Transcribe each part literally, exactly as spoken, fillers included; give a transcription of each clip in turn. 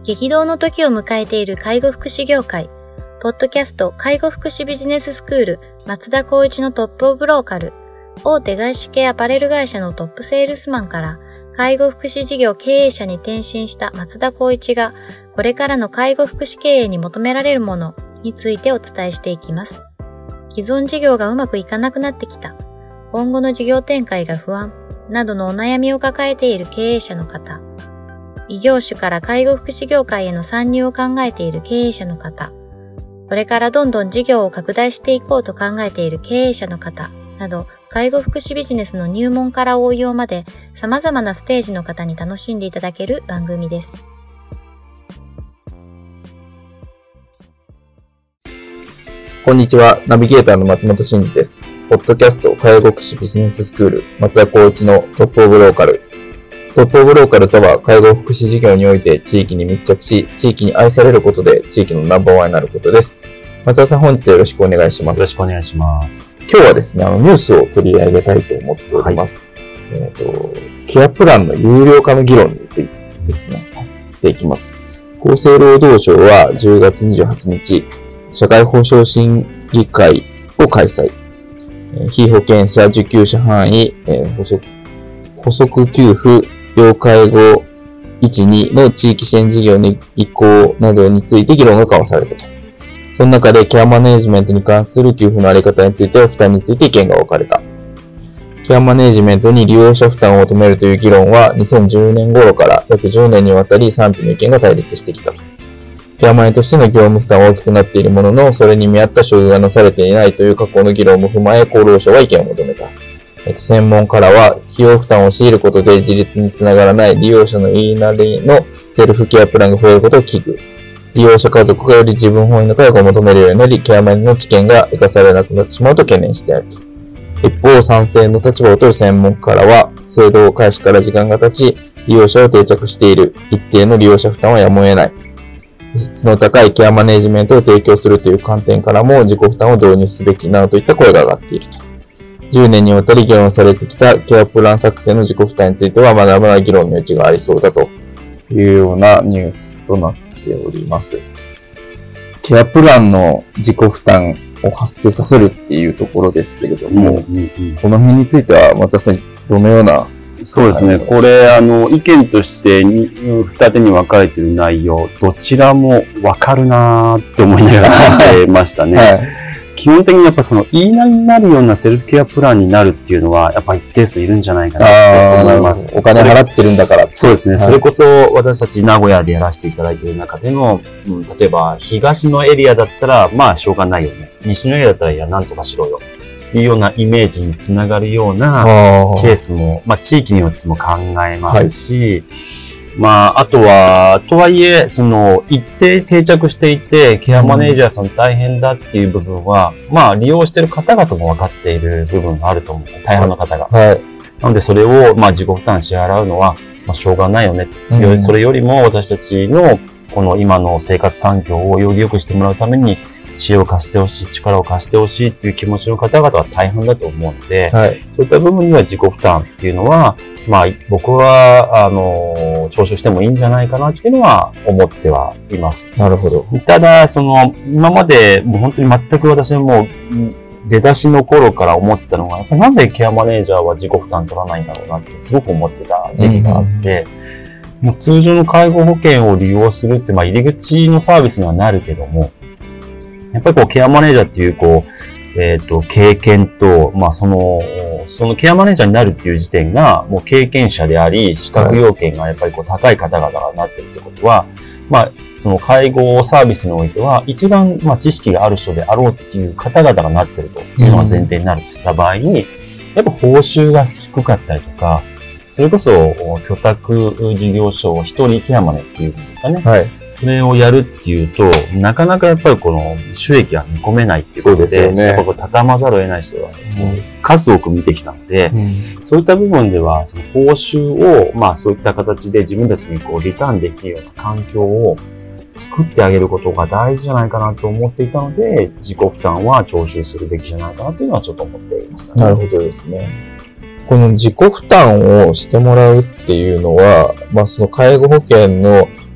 激動の時を迎えている介護福祉業界、ポッドキャスト介護福祉ビジネススクール松田光一のトップオブローカル、大手外資系アパレル会社のトップセールスマンから介護福祉事業経営者に転身した松田光一が、これからの介護福祉経営に求められるものについてお伝えしていきます。既存事業がうまくいかなくなってきた、今後の事業展開が不安などのお悩みを抱えている経営者の方、異業種から介護福祉業界への参入を考えている経営者の方、これからどんどん事業を拡大していこうと考えている経営者の方など、介護福祉ビジネスの入門から応用まで様々なステージの方に楽しんでいただける番組です。 こんにちは、ナビゲーターの松本真嗣です。ポッドキャスト介護福祉ビジネススクール松田光一のトップオブローカル。トップオブローカルとは、介護福祉事業において地域に密着し、地域に愛されることで地域のナンバーワンになることです。松田さん、本日よろしくお願いします。 よろしくお願いします。 今日はですね、あのニュースを取り上げたいと思っております。はい、えっと、ケアプランの有料化の議論についてですね、でいきます。厚生労働省はじゅうがつにじゅうはちにち、社会保障審議会を開催。被保険者受給者範囲、補足、補足給付、要介護いち、にの地域支援事業に移行などについて議論が交わされたと。その中でケアマネージメントに関する給付のあり方については負担について意見が分かれた。ケアマネージメントに利用者負担を求めるという議論はにせんじゅうねん頃から約じゅうねんにわたり賛否の意見が対立してきたと。ケアマネとしての業務負担は大きくなっているものの、それに見合った処遇がなされていないという過去の議論も踏まえ、厚労省は意見を求めた。えっと、専門家らは、費用負担を強いることで自立につながらない利用者の言いなりのセルフケアプランが増えることを危惧。利用者家族がより自分本位の介護を求めるようになり、ケアマネの知見が活かされなくなってしまうと懸念してあると。一方、賛成の立場を取る専門家らは、制度開始から時間が経ち、利用者を定着している。一定の利用者負担はやむを得ない。質の高いケアマネージメントを提供するという観点からも自己負担を導入すべきなどといった声が上がっていると。じゅうねんにわたり議論されてきたケアプラン作成の自己負担についてはまだまだ議論の余地がありそうだというようなニュースとなっております。ケアプランの自己負担を発生させるっていうところですけれども、うんうんうん、この辺については松田さんどのような？ そうですね。これ、あの、意見として二手に分かれている内容、どちらも分かるなーって思いながら聞いてましたね。はい、基本的にやっぱその言いなりになるようなセルフケアプランになるっていうのは、やっぱ一定数いるんじゃないかなと思います。 お金払ってるんだから。 そうですね。はい、それこそ私たち名古屋でやらせていただいている中での、うん、例えば東のエリアだったら、まあしょうがないよね。西のエリアだったら、いや、なんとかしろよ。っていうようなイメージにつながるようなケースも、まあ地域によっても考えますし、はい、まああとは、とはいえ、その一定定着していて、ケアマネージャーさん大変だっていう部分は、うん、まあ利用している方々も分かっている部分があると思う。大半の方が。はい。なのでそれを、まあ自己負担支払うのは、まあしょうがないよねと。うん、それよりも私たちのこの今の生活環境をより良くしてもらうために、知恵を貸してほしい、力を貸してほしいっていう気持ちの方々は大半だと思うので、はい、そういった部分には自己負担っていうのは、まあ僕は、あの、徴収してもいいんじゃないかなっていうのは思ってはいます。 なるほど。 ただ、その、今までもう本当に全く私もう出だしの頃から思ったのが、やっぱなんでケアマネージャーは自己負担取らないんだろうなってすごく思ってた時期があって、うんうん、もう通常の介護保険を利用するって、まあ入り口のサービスにはなるけども、やっぱりこうケアマネージャーっていうこう、えっと、経験と、まあその、そのケアマネージャーになるっていう時点がもう経験者であり、資格要件がやっぱりこう高い方々がなってるってことは、まあその介護サービスにおいては一番まあ知識がある人であろうっていう方々がなってるというのが前提になるとした場合に、やっぱ報酬が低かったりとか、それこそ居宅事業所一人ケアマネっていうんですかね。はい。それをやるっていうと、なかなかやっぱりこの収益が見込めないっていうことで、そうですよね、やっぱこう畳まざるを得ない人は、もう数多く見てきたんで、うん、そういった部分では、その報酬を、まあそういった形で自分たちにこうリターンできるような環境を作ってあげることが大事じゃないかなと思っていたので、自己負担は徴収するべきじゃないかなというのはちょっと思っていましたね。 なるほどですね。この自己負担をしてもらうっていうのは、まあその介護保険の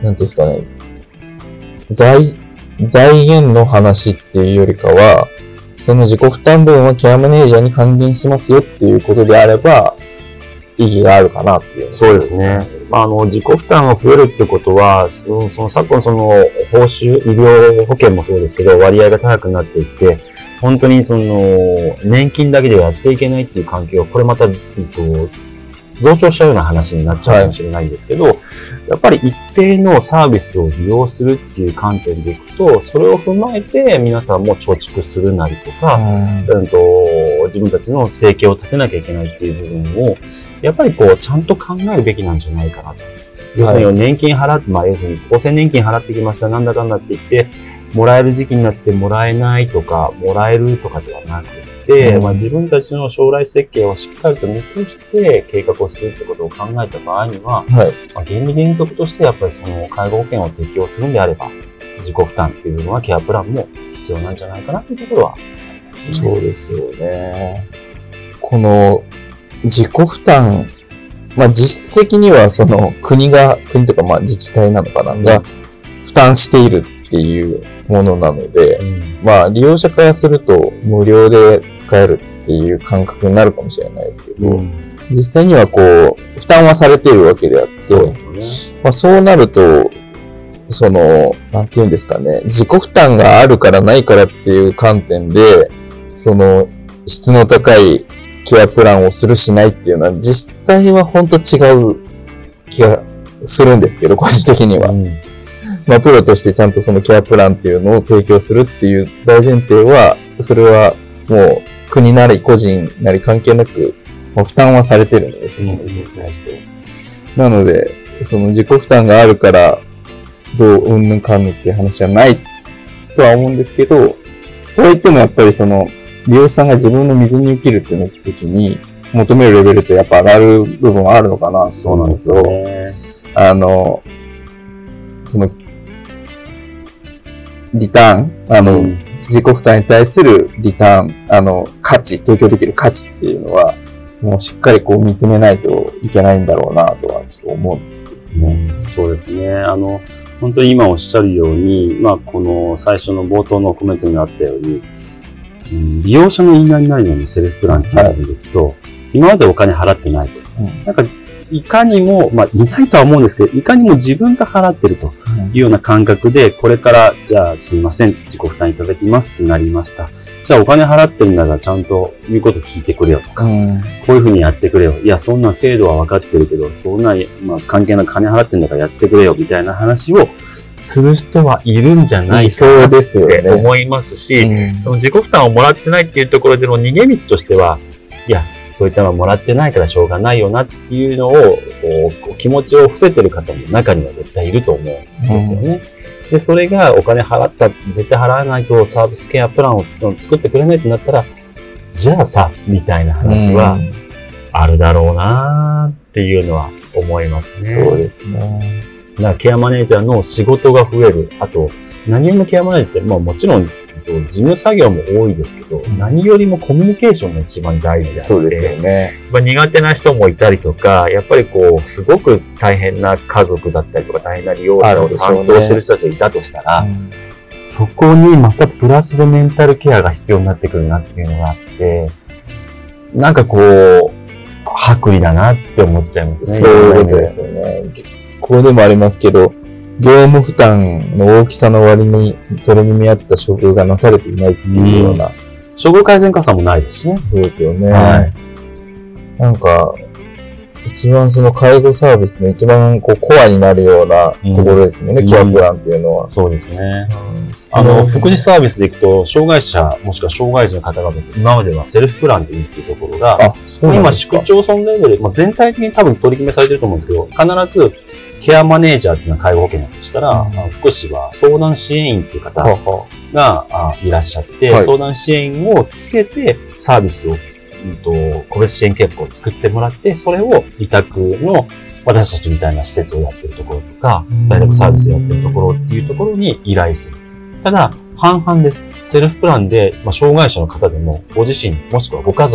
なんですかね、財、財源の話っていうよりかは、その自己負担分はケアマネージャーに還元しますよっていうことであれば、意義があるかなっていう、ね。 そうですね。あの、自己負担が増えるってことは、その、その昨今その、報酬、医療保険もそうですけど、割合が高くなっていって、本当にその、年金だけではやっていけないっていう環境、これまた、えっと、増長したような話になっちゃうかもしれないんですけど、はい、やっぱり一定のサービスを利用するっていう観点でいくと、それを踏まえて皆さんも貯蓄するなりとか、うんうんと自分たちの生計を立てなきゃいけないっていう部分を、やっぱりこう、ちゃんと考えるべきなんじゃないかなと。要するに年金払って、まあ要するに厚生年金払ってきました、なんだかんだって言って、もらえる時期になってもらえないとか、もらえるとかではなくて、うん、まあ自分たちの将来設計をしっかりと見越して計画をするってことを考えた場合には、はい、まあ、原理原則としてやっぱりその介護保険を適用するんであれば、自己負担っていうのはケアプランも必要なんじゃないかなというところはありますね。 そうですよね。この自己負担、まあ実質的にはその国が、国というかまあ自治体なのかな、が負担しているっていうものなので、うん、まあ利用者からすると無料で使えるっていう感覚になるかもしれないですけど、うん、実際にはこう負担はされているわけであって、そうですね。まあそうなると、その、なんていうんですかね、自己負担があるからないからっていう観点で、その質の高いケアプランをするしないっていうのは実際は本当違う気がするんですけど、個人的には。うん、まあプロとしてちゃんとそのケアプランっていうのを提供するっていう大前提は、それはもう国なり個人なり関係なく、もう負担はされてるんですよ、この部分に対しては。なので、その自己負担があるから、どう、うんぬんかんぬんっていう話はないとは思うんですけど、とはいってもやっぱりその、利用者さんが自分の水に生きるってなった時に、求めるレベルってやっぱ上がる部分はあるのかなと思うんですよね。あの、その、リターン、あの、うん、自己負担に対するリターン、あの、価値、提供できる価値っていうのは、もうしっかりこう見つめないといけないんだろうなとはちょっと思うんですけどね。 うん、そうですね。あの、本当に今おっしゃるように、まあ、この最初の冒頭のコメントにあったように、うん、利用者の言いなりなりのセルフプランっていうのを見ると、はい、今までお金払ってないと。うん、なんか、いかにも、まあ、いないとは思うんですけど、いかにも自分が払ってるというような感覚で、これから、じゃあすいません、自己負担いただきますってなりました。じゃあお金払ってるならちゃんと言うこと聞いてくれよとか、うん、こういうふうにやってくれよ。いや、そんな制度は分かってるけど、そんな、まあ、関係なく金払ってんだからやってくれよみたいな話をする人はいるんじゃないかなって思いますし、うん、その自己負担をもらってないっていうところでの逃げ道としては、いや、そういったのはもらってないからしょうがないよなっていうのを、こう気持ちを伏せてる方も中には絶対いると思うんですよね。うん、で、それがお金払った、絶対払わないとサービスケアプランを作ってくれないってなったら、じゃあさ、みたいな話はあるだろうなっていうのは思いますね。 そうですね。 だからケアマネージャーの仕事が増える。あと、何よりもケアマネージャーって、まあもちろん、事務作業も多いですけど、うん、何よりもコミュニケーションが一番大事であって、 そうですよね。 まあ、苦手な人もいたりとか、やっぱりこう、すごく大変な家族だったりとか、大変な利用者を担当してる人たちがいたとしたら、ね、うん、そこにまたプラスでメンタルケアが必要になってくるなっていうのがあって、なんかこう、薄利だなって思っちゃいますね。そういうことですよね。ここでもありますけど、業務負担の大きさの割に、それに見合った処遇がなされていないっていうような。うん、 処遇改善加算もないですしね。 そうですよね。はい。なんか、一番その介護サービスの一番こうコアになるようなところですもんね、うん、ケアプランっていうのは。 うん、そうですね。うん、あの、福祉サービスでいくと、障害者、もしくは障害児の方々って今まではセルフプランでいいっていうところが、あ、そうなんですか。今、市区町村レベル、まあ、全体的に多分取り決めされてると思うんですけど、必ず、ケアマネージャーっていうのは介護保険だとしたら、うん、福祉は相談支援員っていう方がいらっしゃって、はい、相談支援員をつけてサービスを、うんと、個別支援計画を作ってもらって、それを委託の私たちみたいな施設をやってるところとか、在宅サービスをやってるところっていうところに依頼する。ただ、半々です。セルフプランで、まあ、障害者の方でも、ご自身、もしくはご家族が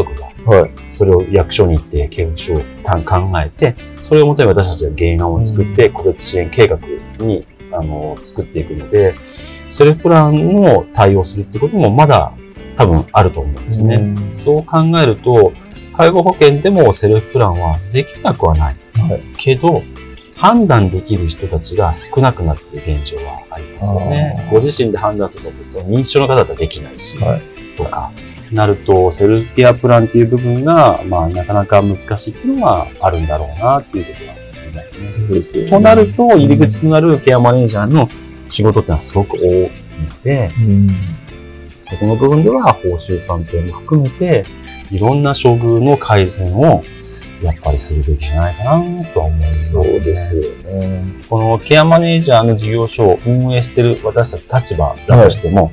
はい。 それを役所に行って計画書を考えて、それをもとに私たちが原案を作って、個別支援計画に、あの、作っていくので、セルフプランの対応するってこともまだ多分あると思うんですね。うん、そう考えると、介護保険でもセルフプランはできなくはない。はい、けど、判断できる人たちが少なくなっている現状はありますよね。ご自身で判断すると、認知症の方だったらできないし、はい、とか、なると、セルフケアプランっていう部分が、まあ、なかなか難しいっていうのはあるんだろうなっていうことがありますね。そうですよね。となると、入り口となるケアマネージャーの仕事ってのはすごく多いので、うん、そこの部分では報酬算定も含めて、いろんな処遇の改善をやっぱりするべきじゃないかなとは思いますね。 そうですよね。 このケアマネージャーの事業所を運営している私たち立場だとしても、はい、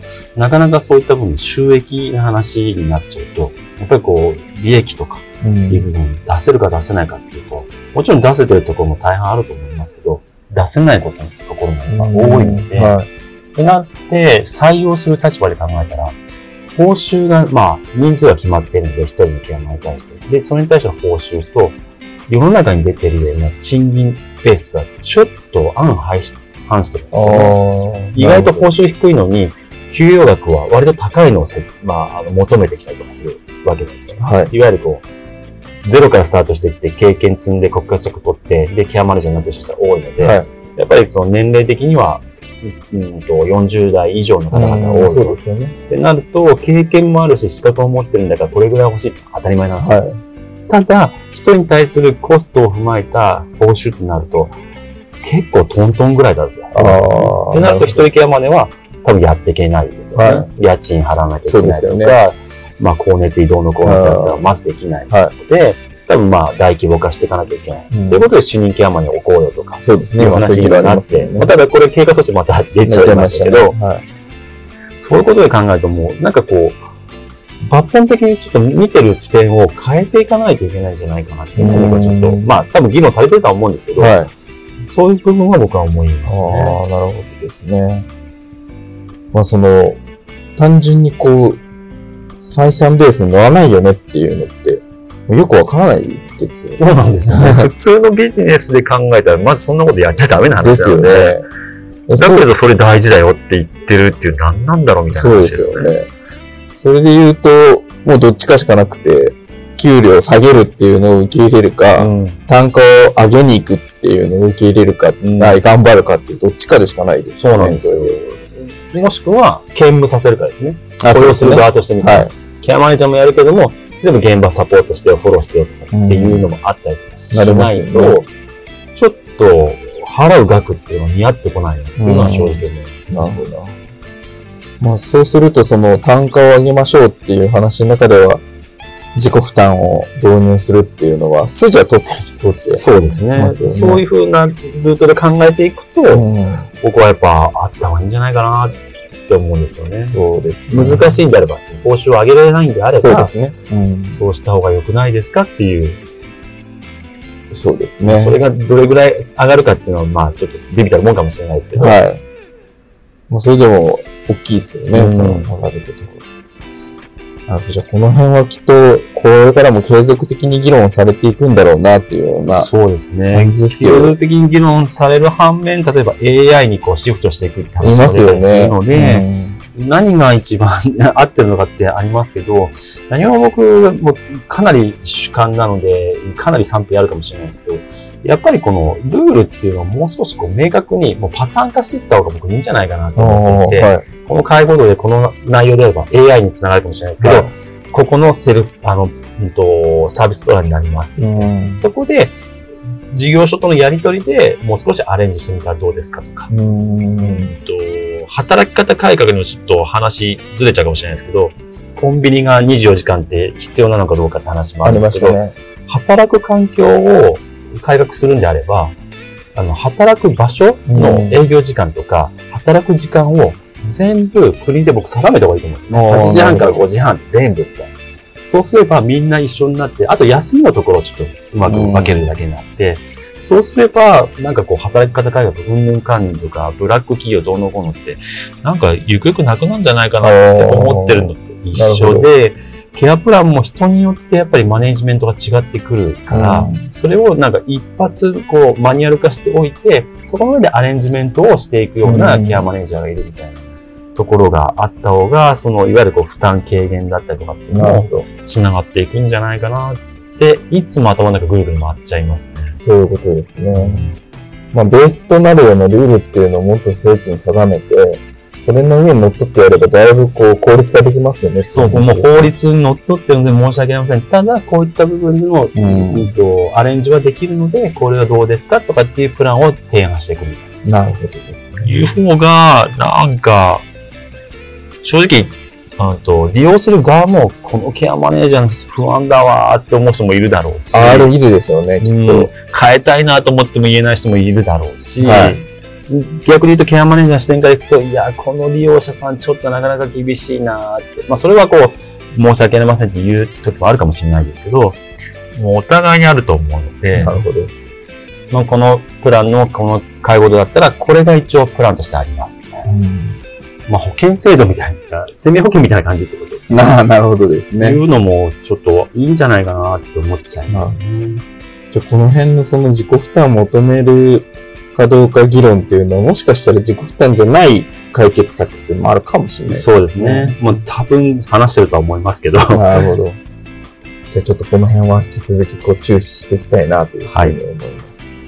なかなかそういった部分収益の話になっちゃうと、やっぱりこう利益とかっていう部分を出せるか出せないかっていうと、もちろん出せてるところも大半あると思いますけど、出せないことのところも多いので、はい、ってなって採用する立場で考えたら、報酬が、まあ、人数が決まっているので、一人のケアマンに対して。で、それに対しての報酬と、世の中に出ているような賃金ベースがちょっと相反してるんですよね。意外と報酬低いのに、給与額は割と高いのをせ、まあ、あの求めてきたりとかするわけなんですよね。はい。いわゆるこう、ゼロからスタートしていって、経験積んで国家資格取って、で、ケアマネージャーになってる人たちが多いので、はい、やっぱりその年齢的には、うんとよんじゅう代以上の方々が多いと。 そうですよね。 ってなると、経験もあるし、資格を持ってるんだから、これぐらい欲しいって当たり前なんですよ。はい、ただ、人に対するコストを踏まえた報酬ってなると、結構トントンぐらいだったりするんですよね。ってなると、一人ケアマネは多分やっていけないですよね。はい、家賃払わなきゃいけないとか、ね、まあ、光熱移動の光熱だったらまずできないので、はい、多分まあ大規模化していかなきゃいけない。と、うん、いうことで主任ケアマンに置こうよとか。 そうですね。 いう話になって。まあ、ただこれ経過措置また出ちゃいましたけど、ねはい、そういうことで考えるともうなんかこう、抜本的にちょっと見てる視点を変えていかないといけないんじゃないかなっていうのがちょっと、まあ多分議論されてるとは思うんですけど、はい、そういう部分は僕は思いますね。 ああ、なるほどですね。まあその、単純にこう、採算ベースに乗らないよねっていうのって、よくわからないですよね。 そうなんですよね。普通のビジネスで考えたら、まずそんなことやっちゃダメな話なので。ですよね。だけどそれ大事だよって言ってるっていう何なんだろうみたいな話ですよね。そうですよね。 それで言うと、もうどっちかしかなくて、給料を下げるっていうのを受け入れるか、うん、単価を上げに行くっていうのを受け入れるか、うん、頑張るかっていうどっちかでしかないですよね。 そうなんですよ。もしくは、兼務させるかですね。あ、これをする側としてみたいな。はい、ケアマネージャーもやるけども、でも現場サポートしてよ、フォローしてよとかっていうのもあったりとかしないと、うんね、ちょっと払う額っていうのは似合ってこないなっていうのは正直思いますね。 なるほど。まあそうするとその単価を上げましょうっていう話の中では自己負担を導入するっていうのは筋は取ってる人取ってそうですね。そういう風なルートで考えていくと、うん、僕はやっぱあった方がいいんじゃないかなって思うんですよね。 そうですね。 難しいんであれば、報酬を上げられないんであれば、 そうですね。 うん、そうした方が良くないですかっていう。 そうですね。 それがどれぐらい上がるかっていうのは、まあちょっとビビたるもんかもしれないですけど。 はい。まあそれでも大きいですよね、うん、その上がることが。なるほど。じゃあこの辺はきっと、これからも継続的に議論されていくんだろうなっていうような。 そうですね。継続的に議論される反面、例えば エーアイ にこうシフトしていくって話が出たりするので、何が一番合ってるのかってありますけど、何も僕もかなり主観なので、かなり賛否あるかもしれないですけど、やっぱりこのルールっていうのをもう少しこう明確にもうパターン化していった方が僕いいんじゃないかなと思っていて、はい、この介護度でこの内容であれば エーアイ につながるかもしれないですけど、はい、ここのセルフ、あの、うんと、サービスプランになりますって言って、そこで事業所とのやり取りでもう少しアレンジしてみたらどうですかとか、うんと働き方改革にもちょっと話ずれちゃうかもしれないですけど、コンビニがにじゅうよじかんって必要なのかどうかって話もあるんですけど、ね、働く環境を改革するんであれば、あの、働く場所の営業時間とか、働く時間を全部国で僕定めた方がいいと思うんですね。はちじはんからごじはんって全部みたいな。そうすればみんな一緒になって、あと休みのところをちょっとうまく分けるだけになって、そうすれば、なんかこう、働き方改革、運動管理とか、ブラック企業どうのこうのって、なんか、ゆくゆくなくなんじゃないかなって思ってるのと一緒で、 ケアプランも人によってやっぱりマネジメントが違ってくるから、うん、それをなんか一発こうマニュアル化しておいて、そこの上でアレンジメントをしていくようなケアマネージャーがいるみたいなところがあった方が、そのいわゆるこう負担軽減だったりとかっていうのも繋がっていくんじゃないかなって、いつも頭の中ぐるぐる回っちゃいますね。 そういうことですね。うん、まあベースとなるようなルールっていうのをもっと精緻に定めて、それの上に乗っ取ってやればだいぶこう効率化できますよね。 そう、もう法律に乗っ取ってるので申し訳ありません。ただ、こういった部分での、うんうん、とアレンジはできるので、これはどうですかとかっていうプランを提案してくる。 なるほどですね。 いう方が、なんか、正直、あと利用する側も、このケアマネージャー不安だわーって思う人もいるだろうし。 あれいるでしょうね、きっと。うん、 変えたいなと思っても言えない人もいるだろうし。 はい、 逆に言うとケアマネージャーの視点からいくと、いや、この利用者さんちょっとなかなか厳しいなーって。まあそれはこう、申し訳ありませんって言う時もあるかもしれないですけど、もうお互いにあると思うので、 なるほど。 まあこのプランのこの介護度だったら、これが一応プランとしてありますね。うん、まあ保険制度みたいな、生命保険みたいな感じってことですね。 な, なるほどですね。 いうのもちょっといいんじゃないかなって思っちゃいますね。 じゃあこの辺のその自己負担を求めるかどうか議論っていうのはもしかしたら自己負担じゃない解決策っていうのもあるかもしれないですね。 そうですね。もう多分話してるとは思いますけど。 なるほど。じゃあちょっとこの辺は引き続きこう注視していきたいなというふうに思います。はい、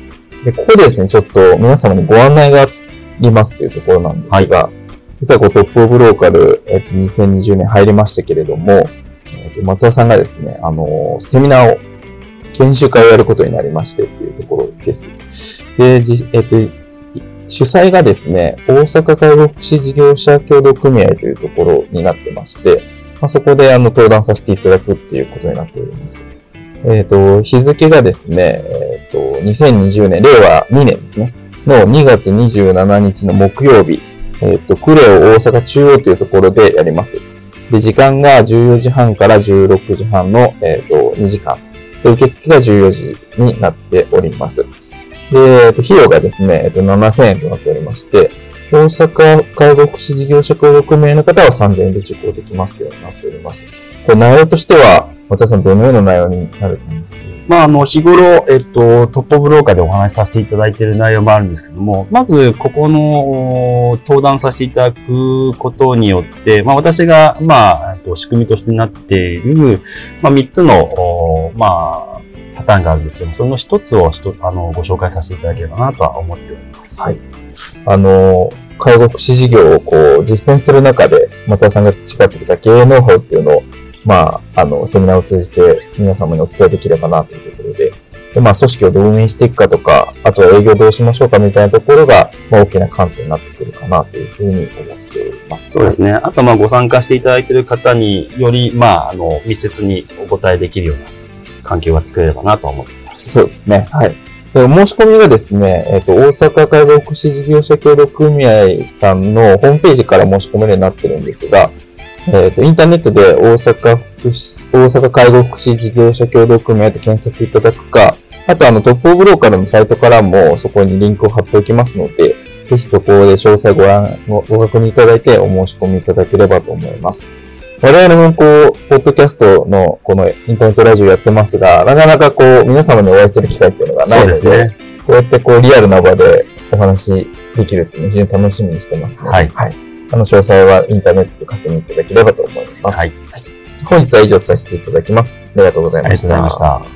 で、ここでですね、ちょっと皆様にご案内がありますというところなんですが、はい、実はこうトップオブローカル、えっと、にせんにじゅうねん入りましたけれども、えっと、松田さんがですね、あの、セミナーを研修会をやることになりましてっていうところです。で、じえっと、主催がですね、大阪介護福祉事業者協同組合というところになってまして、まあ、そこであの登壇させていただくっていうことになっております。えっと、日付がですね、えっと、にせんにじゅうねん、れいわにねんですね、のにがつにじゅうしちにちの木曜日、えっと、クレオ大阪中央というところでやります。で、時間がじゅうよじはんからじゅうろくじはんの、えっと、にじかん。で、受付がじゅうよじになっております。で、えっと、費用がですね、えっと、ななせんえんとなっておりまして、大阪介護福祉事業者協同組合の方はさんぜんえんで受講できますというようになっております。これ内容としては、松田さんどのような内容になる感じですか？ まあ、あの、日頃、えっと、トップオブローカーでお話しさせていただいている内容もあるんですけども、まず、ここの登壇させていただくことによって、まあ、私が、まあ、仕組みとしてなっている、まあ、みっつの、まあ、パターンがあるんですけども、その一つをひとあのご紹介させていただければなとは思っております。 はい。あの、介護福祉事業をこう実践する中で、松田さんが培ってきた経営ノウハウっていうのを、まあ、あの、セミナーを通じて皆様にお伝えできればなというところで、で、まあ、組織をどう運営していくかとか、あとは営業どうしましょうかみたいなところが、まあ、大きな観点になってくるかなというふうに思っております。 そうですね。あと、まあ、ご参加していただいている方により、まあ、あの、密接にお答えできるような環境が作れればなと思っています。 そうですね。はい。で、お申し込みがですね、えっと、大阪介護福祉事業者協同組合さんのホームページから申し込めるようになってるんですが、えっと、インターネットで大阪福祉、大阪介護福祉事業者協同組合と検索いただくか、あとあのトップオブローカルのサイトからもそこにリンクを貼っておきますので、ぜひそこで詳細ご覧、ご確認いただいてお申し込みいただければと思います。我々もこう、ポッドキャストのこのインターネットラジオやってますが、なかなかこう、皆様にお会いする機会っていうのがないので、そうですね、こうやってこう、リアルな場でお話できるっていうのを非常に楽しみにしてますので、はい。はい。あの、詳細はインターネットで確認いただければと思います。はい。はい、本日は以上させていただきます。ありがとうございました。ありがとうございました。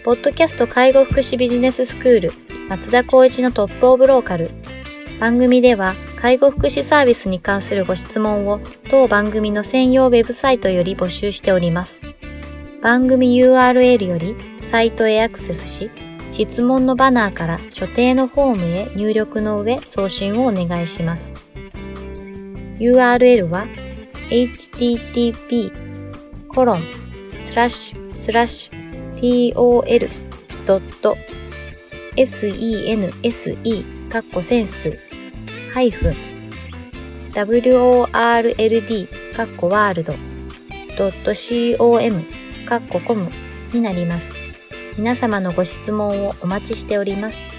ポッドキャスト介護福祉ビジネススクール松田光一のトップオブローカル。番組では介護福祉サービスに関するご質問を当番組の専用ウェブサイトより募集しております。番組 ユーアールエル よりサイトへアクセスし、質問のバナーから所定のフォームへ入力の上送信をお願いします。ユーアールエル は エイチティーティーピーコロンスラッシュスラッシュ tol ドット sense かっこセンスハイフン world かっこワールドドット com かっこコムになります。皆様のご質問をお待ちしております。